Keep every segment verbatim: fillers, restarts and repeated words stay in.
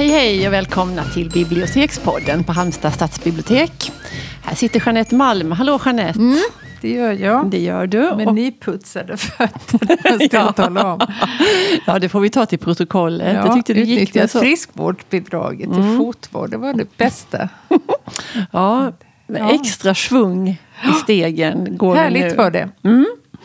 Hej hej och välkomna till Bibliotekspodden på Halmstad stadsbibliotek. Här sitter Jeanette Malm. Hallå Jeanette. Mm, det gör jag. Det gör du. Men ni putsade fötter, måste jag tala om. Ja, det får vi ta till protokollet. Ja, jag tyckte det gick det så. Friskvårdsbidraget till mm. fotvård, det var det bästa. Ja, ja, extra svung i stegen går härligt det nu. var det. Mm.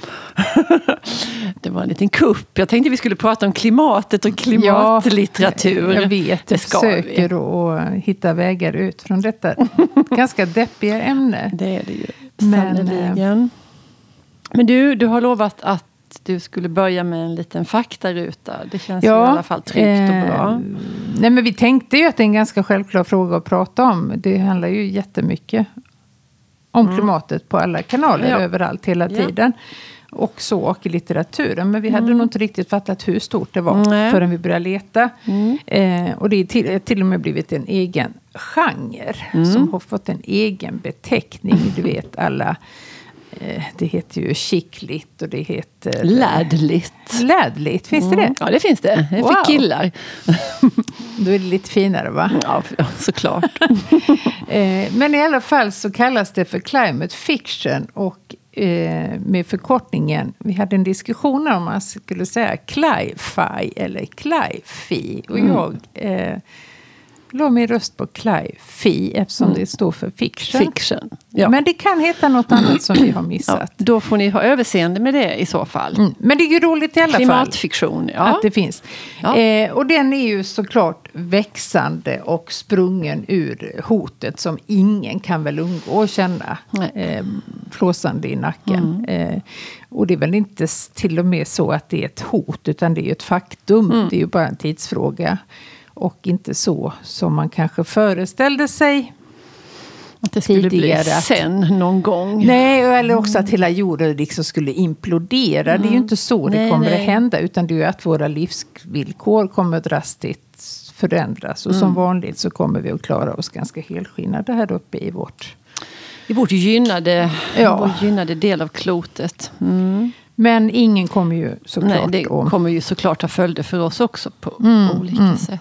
Det var en liten kupp. Jag tänkte vi skulle prata om klimatet och klimatlitteratur. Ja, jag vet, jag försöker att hitta vägar ut från detta ganska deppiga ämne. Det är det ju, sannoliken. Men du, du har lovat att du skulle börja med en liten faktaruta. Det känns ja, ju i alla fall tryggt och bra. Eh, nej, men vi tänkte ju att det är en ganska självklar fråga att prata om. Det handlar ju jättemycket om mm. klimatet på alla kanaler, ja. överallt, hela ja. tiden. Och så och i litteraturen. Men vi hade mm. nog inte riktigt fattat hur stort det var mm. förrän vi började leta. Mm. Eh, och det är till, till och med blivit en egen genre mm. som har fått en egen beteckning. Du vet alla... Det heter ju chickligt och det heter... Lädligt. Lädligt, finns mm. det det? Ja, det finns det. Det är wow. för killar. Då är det lite finare, va? Ja, såklart. Men i alla fall så kallas det för climate fiction och med förkortningen, vi hade en diskussion om man skulle säga cli-fi eller cli-fi. Och mm. jag... Eh, la min röst på cli-fi eftersom mm. det står för fiction. Fiction, ja. Men det kan heta något annat som vi har missat. Ja, då får ni ha överseende med det i så fall. Mm. Men det är ju roligt i alla Klimatfiktion, fall. Ja. Att det finns. Ja. Eh, och den är ju såklart växande och sprungen ur hotet som ingen kan väl undgå att känna. Eh, flåsande i nacken. Mm. Eh, och det är väl inte till och med så att det är ett hot utan det är ju ett faktum. Mm. Det är ju bara en tidsfråga. Och inte så som man kanske föreställde sig. Att det skulle tidigare. Bli sen någon gång. Nej, eller också att hela jorden liksom skulle implodera. Mm. Det är ju inte så det nej, kommer nej. att hända. Utan det är ju att våra livsvillkor kommer drastiskt förändras. Och mm. som vanligt så kommer vi att klara oss ganska helskinnade här uppe i vårt... I vårt gynnade, ja. vår gynnade del av klotet. Mm. Men ingen kommer ju såklart... Nej, det om. kommer ju såklart ha följder för oss också på mm. olika mm. sätt.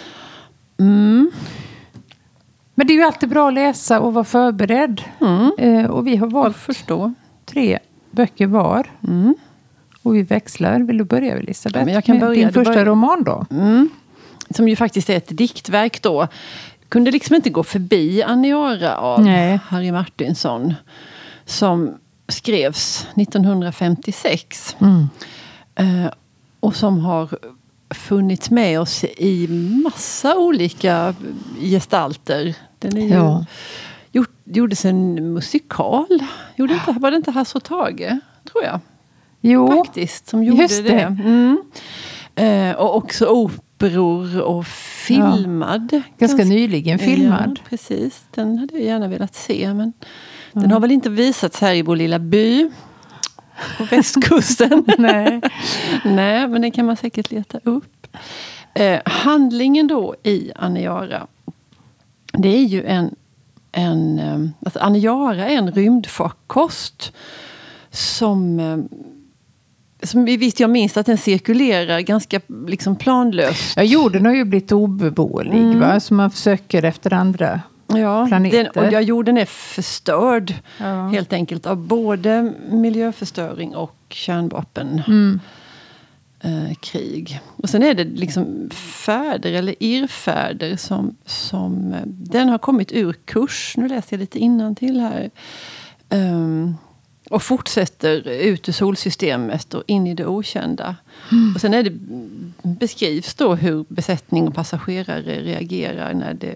Mm. Men det är ju alltid bra att läsa och vara förberedd. Mm. Eh, och vi har valt förstå. tre böcker var. Mm. Och vi växlar. Vill du börja, Elisabeth? Ja, men jag kan med börja. din första börja. roman då? Mm. Som ju faktiskt är ett diktverk då. Kunde liksom inte gå förbi Aniara av Nej. Harry Martinson. Som skrevs nittonhundrafemtiosex. Mm. Eh, och som har... funnits med oss i massa olika gestalter. Den är ju ja. gjort, gjordes en musikal. Gjorde inte, var det inte Hasse och Tage, tror jag. Jo, faktiskt, som gjorde just det. det. Mm. Eh, och också operor och filmad. Ja. Ganska Gans- nyligen filmad. Ja, precis. Den hade jag gärna velat se. Men ja. den har väl inte visats här i vår lilla by. På västkusten. Nej. Nej, men det kan man säkert leta upp. Eh, handlingen då i Aniara. Det är ju en... en eh, alltså Aniara är en rymdfarkost. Som... Eh, som vi visste, jag minns att den cirkulerar ganska liksom planlöst. Ja, jorden har ju blivit obeboelig, mm. va? Så man försöker efter andra... Ja, den, och ja, jorden är förstörd ja. helt enkelt av både miljöförstöring och kärnvapen. Mm. Eh, krig. Och sen är det liksom färder eller irrfärder som, som den har kommit ur kurs. Nu läser jag lite innantill här. Um, och fortsätter ut ur solsystemet och in i det okända. Mm. Och sen är det, beskrivs då hur besättning och passagerare reagerar när det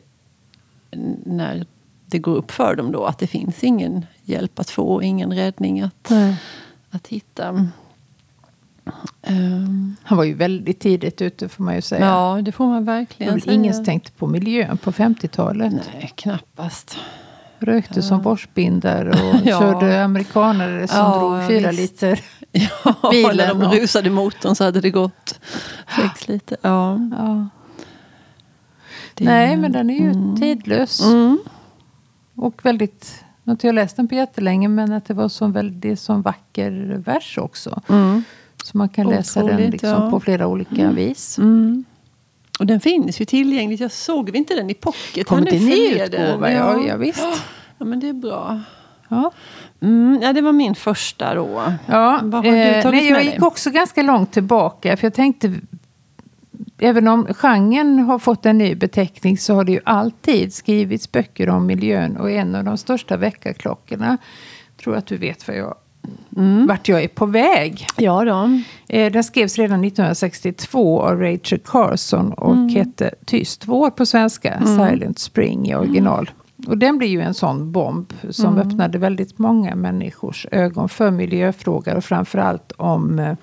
när det går upp för dem då att det finns ingen hjälp att få, ingen räddning att, mm. att hitta. Um, Han var ju väldigt tidigt ute, får man ju säga. Ja, det får man verkligen säga. Ingen som tänkte på miljön på femtiotalet. Nej, knappast. Rökte ja. som borstbindare och ja. körde amerikanare som ja, drog fyra visst. liter. Ja, bilen när de och... rusade motorn så hade det gått sex liter. Ja. ja. Det... Nej, men den är ju mm. tidlös. Mm. Och väldigt... Jag har läst den på jättelänge, men att det var så väldigt som vacker vers också. Mm. Så man kan läsa Otroligt, den liksom ja. på flera olika mm. vis. Mm. Och den finns ju tillgängligt. Jag såg vi inte den i pocket. Kommer det nyutgåva? Ja, ja, visst. Ja, men det är bra. Ja. Mm, ja, det var min första då. Ja, Vad har du tagit eh, nej, jag med gick dig? också ganska långt tillbaka. För jag tänkte, även om genren har fått en ny beteckning så har det ju alltid skrivits böcker om miljön. Och en av de största väckarklockorna, tror att du vet vad jag, mm. vart jag är på väg. Ja då. Eh, den skrevs redan nittonhundrasextiotvå av Rachel Carson och mm. hette Tyst vår på svenska, mm. Silent Spring i original. Och den blir ju en sån bomb som mm. öppnade väldigt många människors ögon för miljöfrågor och framförallt om eh,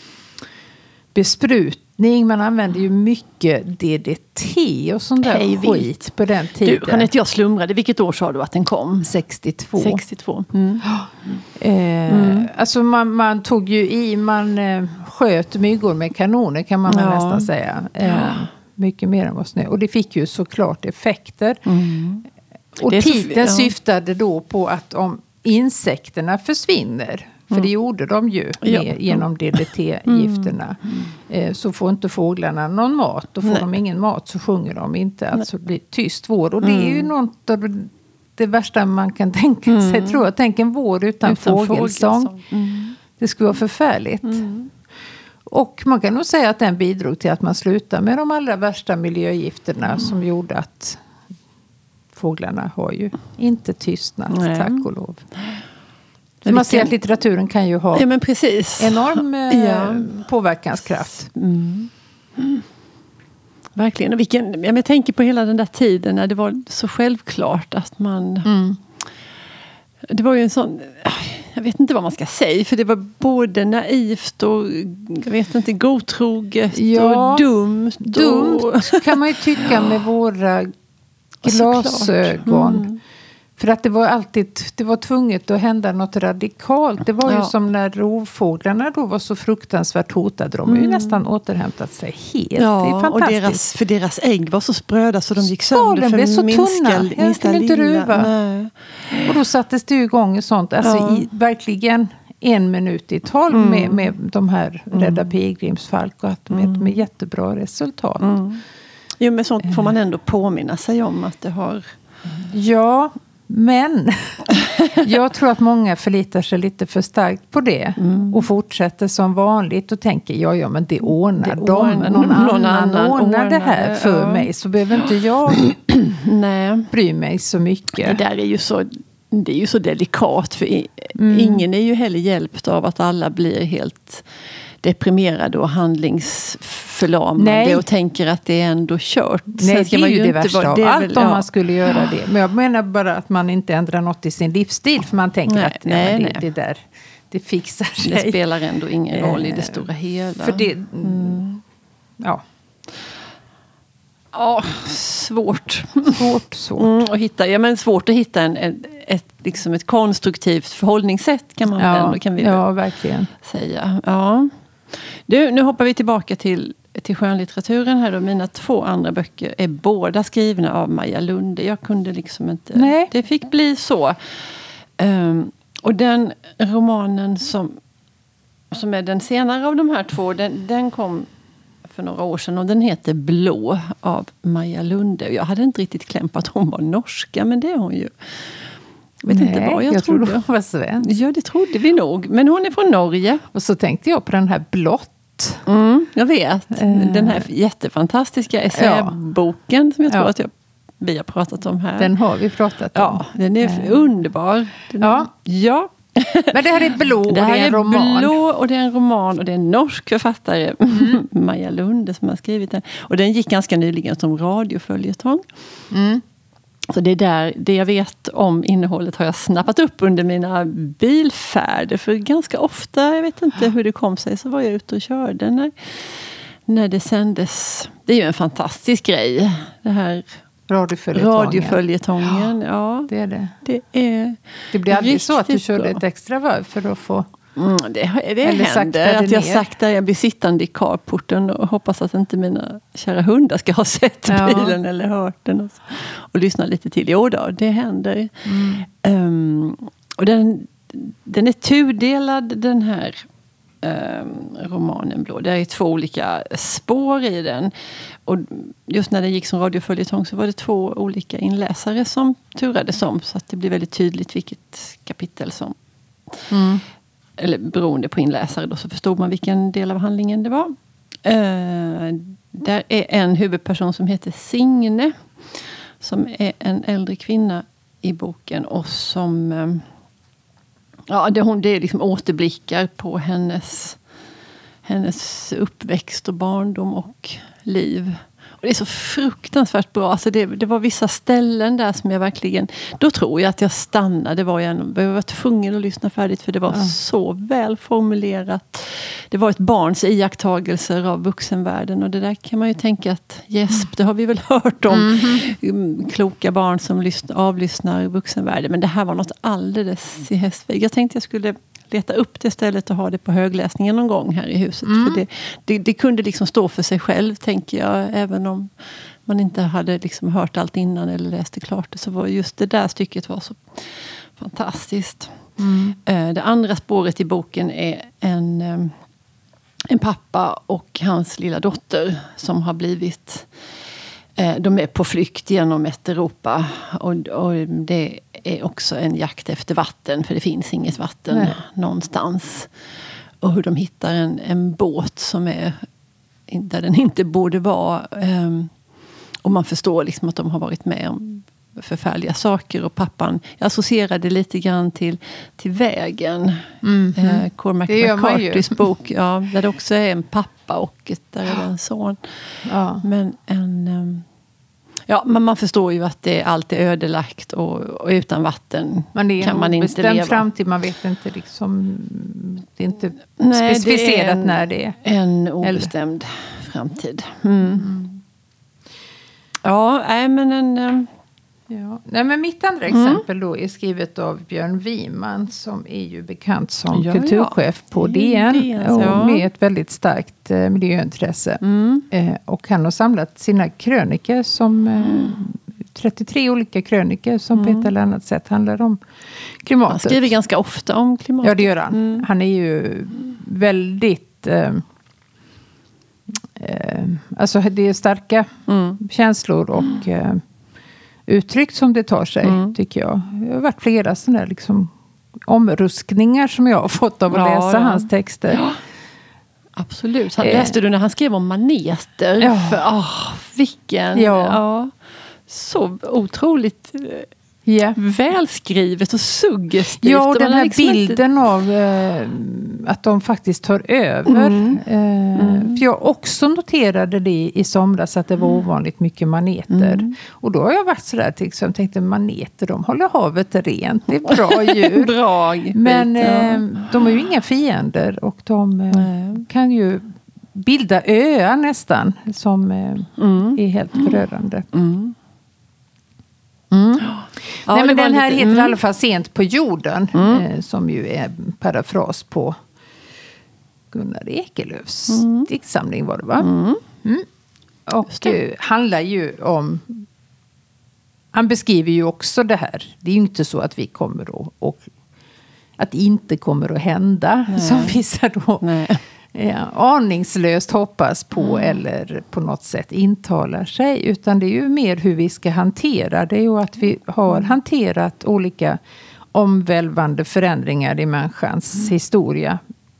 besprutning. Man använde ju mycket D D T och sån där Hej, skit vilt. på den tiden. Du, kan inte jag slumrade? Vilket år sa du att den kom? sextiotvå. sextiotvå. Mm. Eh, Mm. Alltså man, man tog ju i, man eh, sköt myggor med kanoner kan man väl Ja. nästan säga. Eh, Ja. Mycket mer än vad snö. Och det fick ju såklart effekter. Mm. Och Det är så- titeln ja. syftade då på att om insekterna försvinner, för det gjorde de ju Ja. med, genom D D T-gifterna, eh, så får inte fåglarna någon mat. Då får Nej. de ingen mat så sjunger de inte. Alltså blir tyst vår. Och det är ju något av det, det värsta man kan tänka sig, tror jag. Tänk en vår utan, Utan fågelsång. fågelsång. Mm. Det skulle vara förfärligt. Mm. Och man kan nog säga att den bidrog till att man slutade med de allra värsta miljögifterna mm. som gjorde att fåglarna har ju inte tystnat, Nej. tack och lov. Men man ser vilken- att litteraturen kan ju ha Ja, men precis. enorm eh, Ja. påverkanskraft. Mm. Mm. Verkligen. Och vilken, ja, men jag tänker på hela den där tiden när det var så självklart att man... Mm. Det var ju en sån... Jag vet inte vad man ska säga. För det var både naivt och jag vet inte, godtroget Ja, och dumt. Dumt Och, kan man ju tycka med våra glasögon. Mm. För att det var alltid, det var tvunget att hända något radikalt. Det var ju Ja. som när rovfåglarna då var så fruktansvärt hotade. De har ju Mm. nästan återhämtat sig helt. Det är Ja, och fantastiskt. deras, för deras ägg var så spröda så de gick Skalen sönder för blev så minsta, tunna. Jag minsta kunde inte lilla. ruva. Nej. Och då sattes det ju igång ett sånt. Alltså Ja. i, verkligen en minut i tolv Mm. med, med de här Rädda Pilgrimsfalk. Och att med, Mm. med jättebra resultat. Mm. Jo, men sånt får man ändå påminna sig om att det har... Ja, men jag tror att många förlitar sig lite för starkt på det. Mm. Och fortsätter som vanligt och tänker, ja, ja, men det ordnar Det de. ordnar- Någon, någon annan, annan ordnar det här ordnar det, för ja. mig. Så behöver inte jag Nej. bry mig så Det mycket. där är ju så, det är ju så delikat. För i, Mm. ingen är ju heller hjälpt av att alla blir helt deprimerade och handlingsförlamade. Nej. Och tänker att det är ändå kört. Nej, Sen det ska är man ju det inte värsta vara- av det är allt väl- om ja. man skulle göra det. Men jag menar bara att man inte ändrar något i sin livsstil. För man tänker Nej, att ja, nej, men det, nej. det där, det fixar sig. Det spelar ändå ingen roll i det Eh, stora hela. För det, mm. ja, Ja, svårt. svårt, svårt. Mm, att hitta, ja, men svårt att hitta en, ett, ett, liksom ett konstruktivt förhållningssätt kan man väl Ja, ändå, kan vi ja, verkligen. säga. Ja. Du, nu hoppar vi tillbaka till, till skönlitteraturen här då. Mina två andra böcker är båda skrivna av Maja Lunde. Jag kunde liksom inte... Nej. Det fick bli så. Um, och den romanen som, som är den senare av de här två, den, den kom för några år sedan och den heter Blå av Maja Lunde. Jag hade inte riktigt kläm på att hon var norska, men det är hon ju. Jag vet Nej, inte vad jag, jag trodde. trodde hon var svensk. Ja, det trodde vi nog. Men hon är från Norge. Och så tänkte jag på den här Blått. Mm, jag vet. Eh. Den här jättefantastiska essäboken som jag tror Ja. att jag, vi har pratat om här. Den har vi pratat om. Ja, den är Eh. underbar. Den Ja. ja. Men det här är Blå och Det det här är en roman. Blå och det är en roman och det är en norsk författare, Mm. Maja Lunde, som har skrivit den. Och den gick ganska nyligen som radioföljetong. Mm. Så det är där, det jag vet om innehållet har jag snappat upp under mina bilfärder. För ganska ofta, jag vet inte hur det kom sig, så var jag ute och körde när, när det sändes. Det är ju en fantastisk grej, det här Radioföljetongen. radioföljetongen. Ja, Det är det. det är... Det blir aldrig så att du Riktigt körde bra. ett extra varv för att få... Mm, det det Eller händer saktade att jag ner. saktar, jag blir sittande i carporten och hoppas att inte mina kära hundar ska ha sett Ja. bilen eller hört den och, och lyssna lite till. Jo då, det händer. Mm. Um, och den, den är tudelad, den här eh, romanen Blå. Det är två olika spår i den. Och just när den gick som radioföljetong så var det två olika inläsare som turades om. Så att det blir väldigt tydligt vilket kapitel som... Mm. Eller beroende på inläsare då, så förstod man vilken del av handlingen det var. Eh, där är en huvudperson som heter Signe. Som är en äldre kvinna i boken. Och som... Eh, ja, det, hon, det är liksom återblickar på hennes, hennes uppväxt och barndom och liv. Och det är så fruktansvärt bra. Alltså det, det var vissa ställen där som jag verkligen... Då tror jag att jag stannade. Det var jag, jag var tvungen att lyssna färdigt för det var ja. så väl formulerat. Det var ett barns iakttagelser av vuxenvärlden. Och det där kan man ju tänka att yes, det har vi väl hört om. Mm. Kloka barn som lyssnar, avlyssnar vuxenvärlden. Men det här var något alldeles i hästväg. Jag tänkte jag skulle... leta upp det stället och ha det på högläsningen någon gång här i huset. Mm. För det, det, det kunde liksom stå för sig själv, tänker jag. Även om man inte hade liksom hört allt innan eller läste klart det. Så var just det där stycket var så fantastiskt. Mm. Det andra spåret i boken är en, en pappa och hans lilla dotter som har blivit... De är på flykt genom ett Europa och, och det är också en jakt efter vatten för det finns inget vatten Nej. någonstans. Och hur de hittar en, en båt som är där den inte borde vara. Um, och man förstår liksom att de har varit med om förfärliga saker. Och pappan, jag associerade lite grann till, till Vägen. Mm-hmm. Uh, Cormac McCarthys bok. Ja, där det också är en pappa och ett, där är det en son. Ja. Men en... Um, Ja, men man förstår ju att det allt är ödelagt och, och utan vatten men det är kan man inte leva. Framtid, man vet inte liksom, det är inte Nej, specificerat det är en, när det är. En obestämd Eller? framtid. Mm. Mm. Ja, nej men en... Ja. Nej, men mitt andra mm. exempel då är skrivet av Björn Wiman som är ju bekant som ja, kulturchef ja. på D N D N, och ja. med ett väldigt starkt eh, miljöintresse. Mm. Eh, och han har samlat sina kröniker som eh, trettiotre olika kröniker som mm. på ett eller annat sätt handlar om klimatet. Han skriver ganska ofta om klimatet. Ja, det gör han. Mm. Han är ju väldigt... Eh, eh, alltså det är starka mm. känslor och... Eh, uttryckt som det tar sig, mm. tycker jag. Det har varit flera sådana där liksom omruskningar som jag har fått av att ja, läsa ja. hans texter. Ja. Absolut. Han, eh. Läste du när han skrev om maneter? Ja. För, oh, vilken... Ja. ja. Så otroligt... Yeah. Välskrivet och suggestivt. Ja, och den här liksom bilden inte... av eh, att de faktiskt tar över. Mm. Eh, mm. För jag också noterade det i somras att det var ovanligt mycket maneter. Mm. Och då har jag varit sådär till exempel, tänkte maneter, de håller havet rent. Det är bra djur. Drag. Men eh, de är ju inga fiender och de eh, kan ju bilda öar nästan som eh, mm. är helt förödande. Mm. Mm. Ja, Nej, men den här lite, heter mm. i alla fall Sent på jorden. Mm. Eh, som ju är en parafras på Gunnar Ekelöfs mm. diktsamling var det va? Mm. Mm. Och eh, handlar ju om... Han beskriver ju också det här. Det är ju inte så att vi kommer att... Och, att det inte kommer att hända. Nej. Som vissa då... Nej. Ja, aningslöst hoppas på mm. eller på något sätt intalar sig, utan det är ju mer hur vi ska hantera det och att vi har mm. hanterat olika omvälvande förändringar i människans mm. historia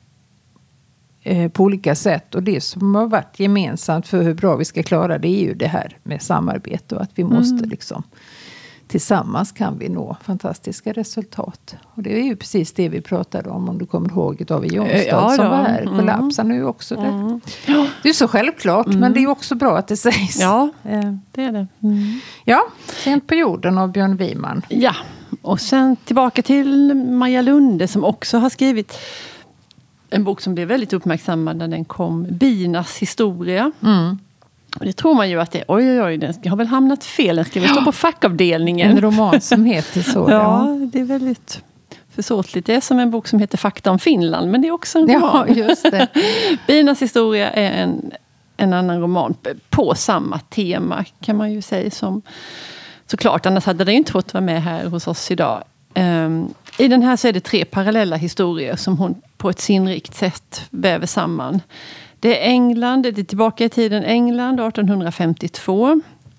eh, på olika sätt, och det som har varit gemensamt för hur bra vi ska klara det är ju det här med samarbete och att vi måste mm. liksom tillsammans kan vi nå fantastiska resultat. Och det är ju precis det vi pratade om, om du kommer ihåg David Jonstad ja, som var här. Mm. Kollapsen är ju också det. Mm. Det är så självklart, mm. men det är ju också bra att det sägs. Ja, det är det. Mm. Ja, Sent på jorden av Björn Wiman. Ja, och sen tillbaka till Maja Lunde som också har skrivit en bok som blev väldigt uppmärksammad när den kom, Binas historia. Mm. Och det tror man ju att det oj oj oj, den har väl hamnat fel. Den ska väl stå på fackavdelningen. En roman som heter så. Ja, det är väldigt försåtligt. Det är som en bok som heter Fakta om Finland, men det är också en roman. Ja, just det. Binas historia är en, en annan roman på samma tema kan man ju säga som såklart, annars hade det ju inte fått vara med här hos oss idag. Um, I den här så är det tre parallella historier som hon på ett sinnrikt sätt väver samman. Det är England, det är tillbaka i tiden England, arton femtiotvå.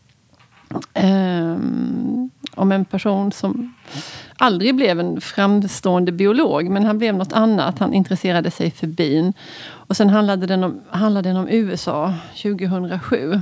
Um, om en person som aldrig blev en framstående biolog, men han blev något annat. Han intresserade sig för bin. Och sen handlade den om, handlade den om U S A tjugohundrasju.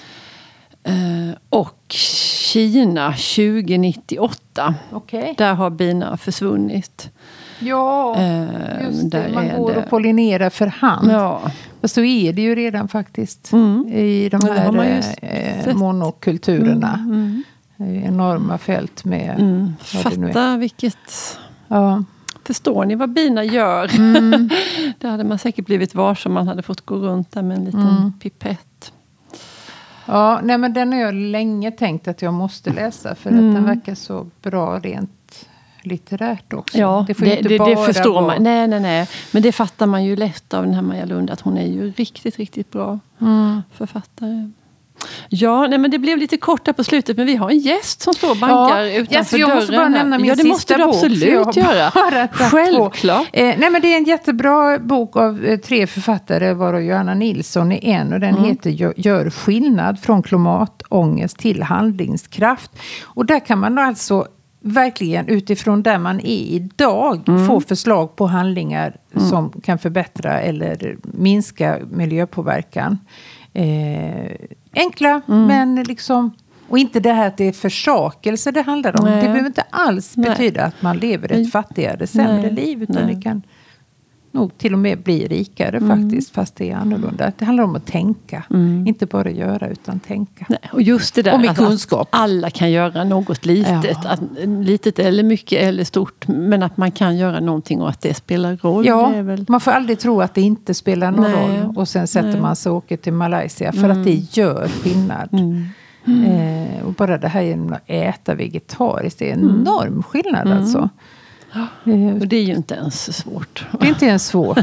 Uh, och Kina tjugo nittioåtta. Okay. Där har bina försvunnit. Ja, uh, just det. där Man är går det. och pollinerar för hand. Ja. Och så är det ju redan faktiskt Mm. i de Ja, det har man ju här eh, monokulturerna. Mm, mm. Det är enorma fält med... Mm. vad det nu är. Fatta vilket... Ja. Förstår ni vad bina gör? Mm. Det hade man säkert blivit varse om man hade fått gå runt där med en liten Mm. pipett. Ja, nej, men den har jag länge tänkt att jag måste läsa. För Mm. att den verkar så bra rent litterärt också. Ja, det, får det, inte det, bara det förstår vara... man. Nej, nej, nej. Men det fattar man ju lätt av den här Maja Lund. Att hon är ju riktigt, riktigt bra Mm. författare. Ja, nej, men det blev lite kort där på slutet. Men vi har en gäst som står och bankar Ja, utanför alltså, jag dörren. måste bara nämna min ja, det sista måste du bok, absolut för jag har göra. bara tagit Självklart. Eh, nej, men det är en jättebra bok av eh, tre författare, varav Johanna Nilsson är en. Och den Mm. heter Gör, Gör skillnad från klimatångest till handlingskraft. Och där kan man alltså verkligen utifrån där man är idag Mm. få förslag på handlingar mm. som kan förbättra eller minska miljöpåverkan. Eh, enkla, mm. men liksom... Och inte det här att det är försakelse det handlar om. Nej. Det behöver inte alls Nej. betyda att man lever ett fattigare, sämre Nej. liv. Utan Nej. det kan nog till och med bli rikare Mm. faktiskt. Fast det är annorlunda. Det handlar om att tänka. Mm. Inte bara göra utan tänka. Nej, och just det där Och med att, kunskap. att alla kan göra något litet. Ja. Att, litet eller mycket eller stort. Men att man kan göra någonting och att det spelar roll. Ja, det är väl... man får aldrig tro att det inte spelar någon Nej. roll. Och sen sätter Nej. man sig och åker till Malaysia. För Mm. att det gör skillnad. Mm. Eh, och bara det här genom att äta vegetariskt. Det är en enorm skillnad Mm. alltså. Eh, och det är ju inte ens svårt. Det är inte ens svårt.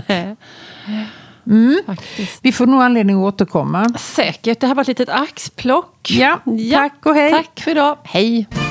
Mm. Faktiskt. Vi får nog anledning att återkomma. Säkert. Det här var ett litet axplock. Ja, Ja. tack och hej. Tack för idag. Hej.